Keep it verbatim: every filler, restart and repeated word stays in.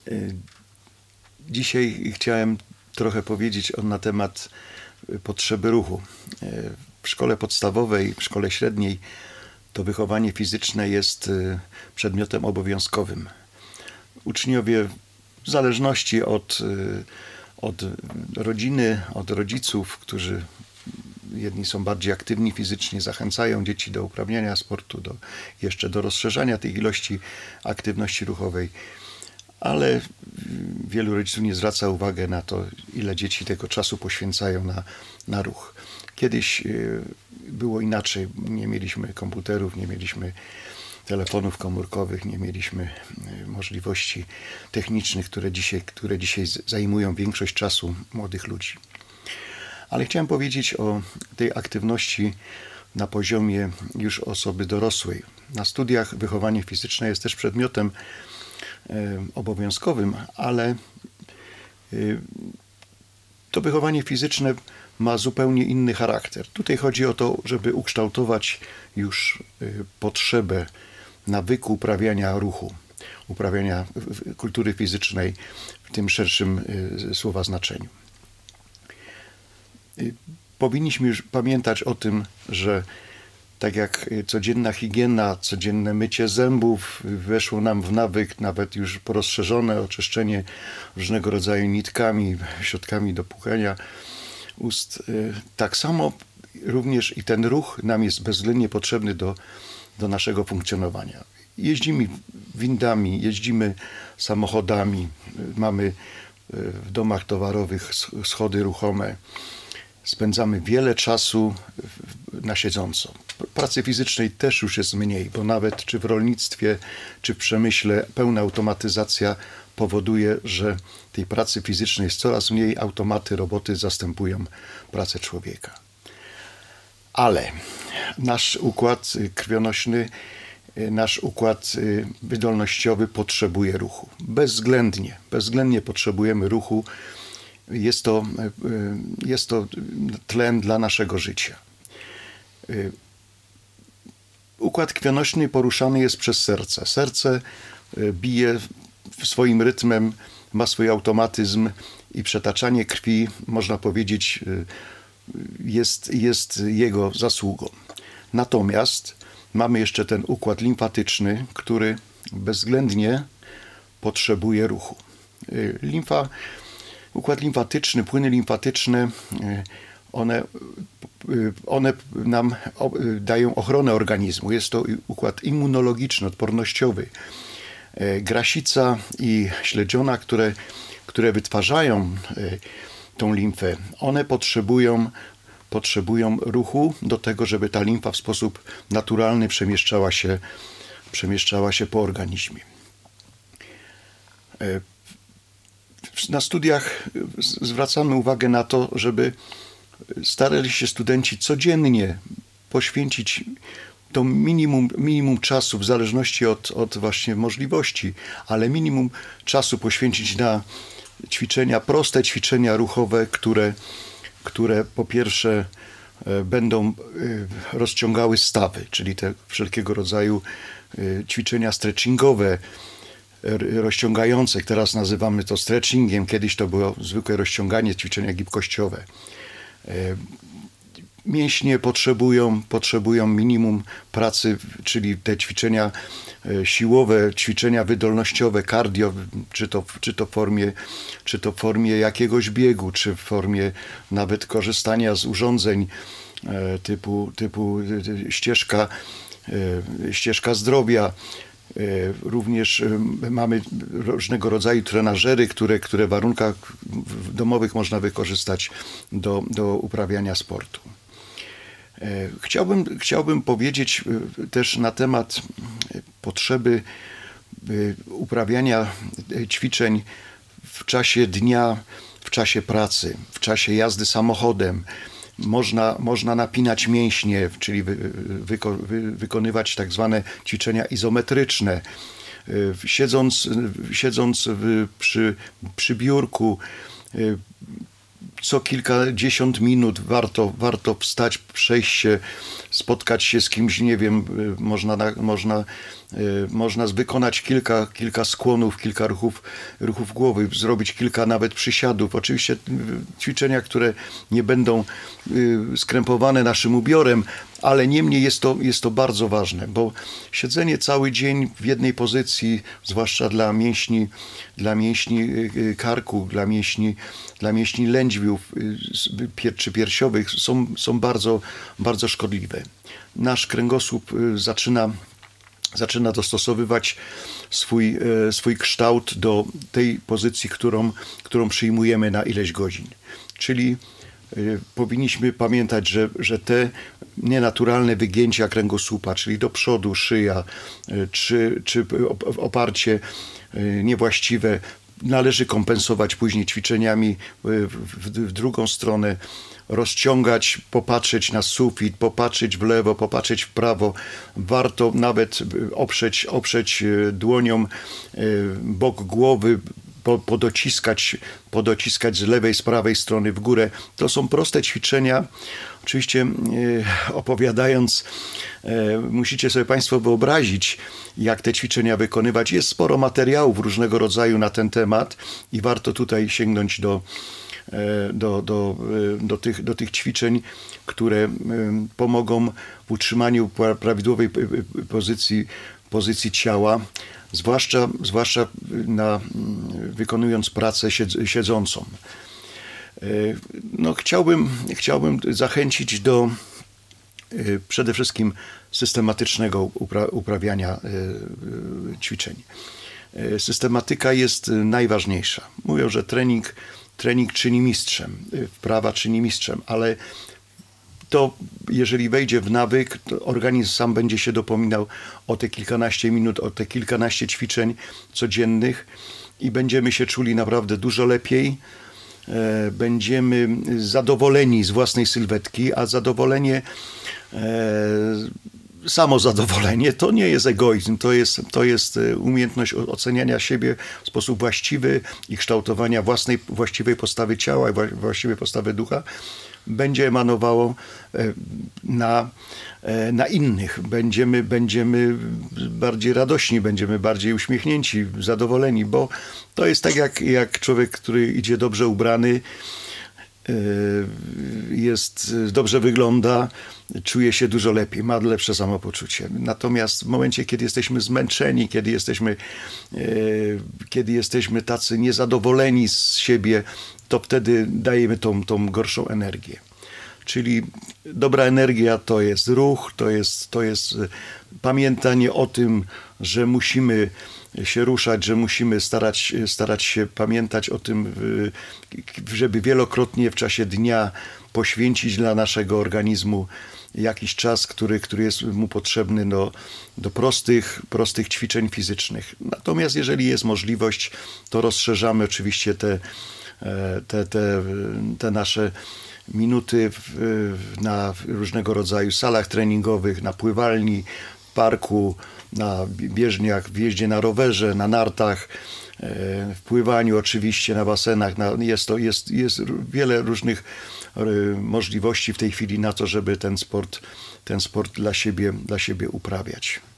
Dzisiaj chciałem trochę powiedzieć na temat potrzeby ruchu. W szkole podstawowej, w szkole średniej to wychowanie fizyczne jest przedmiotem obowiązkowym. Uczniowie w zależności od, od rodziny, od rodziców, którzy jedni są bardziej aktywni fizycznie, zachęcają dzieci do uprawiania sportu, do, jeszcze do rozszerzania tej ilości aktywności ruchowej, ale wielu rodziców nie zwraca uwagi na to, ile dzieci tego czasu poświęcają na, na ruch. Kiedyś było inaczej. Nie mieliśmy komputerów, nie mieliśmy telefonów komórkowych, nie mieliśmy możliwości technicznych, które dzisiaj, które dzisiaj zajmują większość czasu młodych ludzi. Ale chciałem powiedzieć o tej aktywności na poziomie już osoby dorosłej. Na studiach wychowanie fizyczne jest też przedmiotem obowiązkowym, ale to wychowanie fizyczne ma zupełnie inny charakter. Tutaj chodzi o to, żeby ukształtować już potrzebę, nawyku uprawiania ruchu, uprawiania kultury fizycznej w tym szerszym słowa znaczeniu. Powinniśmy już pamiętać o tym, że tak jak codzienna higiena, codzienne mycie zębów weszło nam w nawyk, nawet już porozszerzone oczyszczenie różnego rodzaju nitkami, środkami do płuchania ust, tak samo również i ten ruch nam jest bezwzględnie potrzebny do, do naszego funkcjonowania. Jeździmy windami, jeździmy samochodami, mamy w domach towarowych schody ruchome. Spędzamy wiele czasu na siedząco. Pracy fizycznej też już jest mniej, bo nawet czy w rolnictwie, czy w przemyśle pełna automatyzacja powoduje, że tej pracy fizycznej jest coraz mniej. Automaty, roboty zastępują pracę człowieka. Ale nasz układ krwionośny, nasz układ wydolnościowy potrzebuje ruchu. Bezwzględnie, bezwzględnie potrzebujemy ruchu. Jest to, jest to tlen dla naszego życia. Układ krwionośny poruszany jest przez serce. Serce bije swoim rytmem, ma swój automatyzm i przetaczanie krwi, można powiedzieć, jest, jest jego zasługą. Natomiast mamy jeszcze ten układ limfatyczny, który bezwzględnie potrzebuje ruchu. Limfa Układ limfatyczny, płyny limfatyczne, one, one nam dają ochronę organizmu. Jest to układ immunologiczny, odpornościowy. Grasica i śledziona, które, które wytwarzają tą limfę, one potrzebują, potrzebują ruchu do tego, żeby ta limfa w sposób naturalny przemieszczała się, przemieszczała się po organizmie. Na studiach zwracamy uwagę na to, żeby starali się studenci codziennie poświęcić to minimum, minimum czasu, w zależności od, od właśnie możliwości, ale minimum czasu poświęcić na ćwiczenia, proste ćwiczenia ruchowe, które, które po pierwsze będą rozciągały stawy, czyli te wszelkiego rodzaju ćwiczenia stretchingowe, rozciągające, teraz nazywamy to stretchingiem, kiedyś to było zwykłe rozciąganie, ćwiczenia gibkościowe. Mięśnie potrzebują, potrzebują minimum pracy, czyli te ćwiczenia siłowe, ćwiczenia wydolnościowe, cardio, czy to, czy to w formie, czy to w formie jakiegoś biegu, czy w formie nawet korzystania z urządzeń typu, typu ścieżka, ścieżka zdrowia. Również mamy różnego rodzaju trenażery, które, które w warunkach domowych można wykorzystać do, do uprawiania sportu. Chciałbym, chciałbym powiedzieć też na temat potrzeby uprawiania ćwiczeń w czasie dnia, w czasie pracy, w czasie jazdy samochodem. Można, można napinać mięśnie, czyli wy, wyko, wy, wykonywać tak zwane ćwiczenia izometryczne. Siedząc, siedząc w, przy, przy biurku, co kilkadziesiąt minut warto, warto wstać, przejść się spotkać się z kimś, nie wiem, można, można, można wykonać kilka, kilka skłonów, kilka ruchów, ruchów głowy, zrobić kilka nawet przysiadów. Oczywiście ćwiczenia, które nie będą skrępowane naszym ubiorem, ale niemniej jest to, jest to bardzo ważne, bo siedzenie cały dzień w jednej pozycji, zwłaszcza dla mięśni, dla mięśni karku, dla mięśni, dla mięśni lędźwiów czy piersiowych są, są bardzo, bardzo szkodliwe. Nasz kręgosłup zaczyna, zaczyna dostosowywać swój, swój kształt do tej pozycji, którą, którą przyjmujemy na ileś godzin. Czyli powinniśmy pamiętać, że, że te nienaturalne wygięcia kręgosłupa, czyli do przodu szyja, czy, czy oparcie niewłaściwe, należy kompensować później ćwiczeniami w, w, w drugą stronę, rozciągać, popatrzeć na sufit, popatrzeć w lewo, popatrzeć w prawo. Warto nawet oprzeć, oprzeć dłonią bok głowy, podociskać, podociskać z lewej, z prawej strony w górę. To są proste ćwiczenia. Oczywiście opowiadając, musicie sobie Państwo wyobrazić, jak te ćwiczenia wykonywać. Jest sporo materiałów różnego rodzaju na ten temat i warto tutaj sięgnąć do, do, do, do, tych, do tych ćwiczeń, które pomogą w utrzymaniu prawidłowej pozycji, pozycji ciała, zwłaszcza, zwłaszcza na, wykonując pracę siedzącą. No, chciałbym, chciałbym zachęcić do przede wszystkim systematycznego upra uprawiania ćwiczeń. Systematyka jest najważniejsza. Mówią, że trening, trening czyni mistrzem, wprawa czyni mistrzem, ale to jeżeli wejdzie w nawyk, to organizm sam będzie się dopominał o te kilkanaście minut, o te kilkanaście ćwiczeń codziennych i będziemy się czuli naprawdę dużo lepiej. Będziemy zadowoleni z własnej sylwetki, a zadowolenie, samo zadowolenie to nie jest egoizm, to jest, to jest umiejętność oceniania siebie w sposób właściwy i kształtowania własnej właściwej postawy ciała i właściwej postawy ducha. Będzie emanowało na, na innych. Będziemy, będziemy bardziej radośni, będziemy bardziej uśmiechnięci, zadowoleni, bo to jest tak jak, jak człowiek, który idzie dobrze ubrany, jest, dobrze wygląda, czuje się dużo lepiej, ma lepsze samopoczucie. Natomiast w momencie, kiedy jesteśmy zmęczeni, kiedy jesteśmy, kiedy jesteśmy tacy niezadowoleni z siebie, to wtedy dajemy tą, tą gorszą energię. Czyli dobra energia to jest ruch, to jest, to jest pamiętanie o tym, że musimy się ruszać, że musimy starać, starać się pamiętać o tym, żeby wielokrotnie w czasie dnia poświęcić dla naszego organizmu jakiś czas, który, który jest mu potrzebny do, do prostych, prostych ćwiczeń fizycznych. Natomiast jeżeli jest możliwość, to rozszerzamy oczywiście te, te, te, te nasze minuty w, na różnego rodzaju salach treningowych, na pływalni, w parku, na bieżniach, w jeździe na rowerze, na nartach, w pływaniu oczywiście, na basenach. Na, jest, to, jest, jest wiele różnych możliwości w tej chwili na to, żeby ten sport, ten sport dla siebie, dla siebie uprawiać.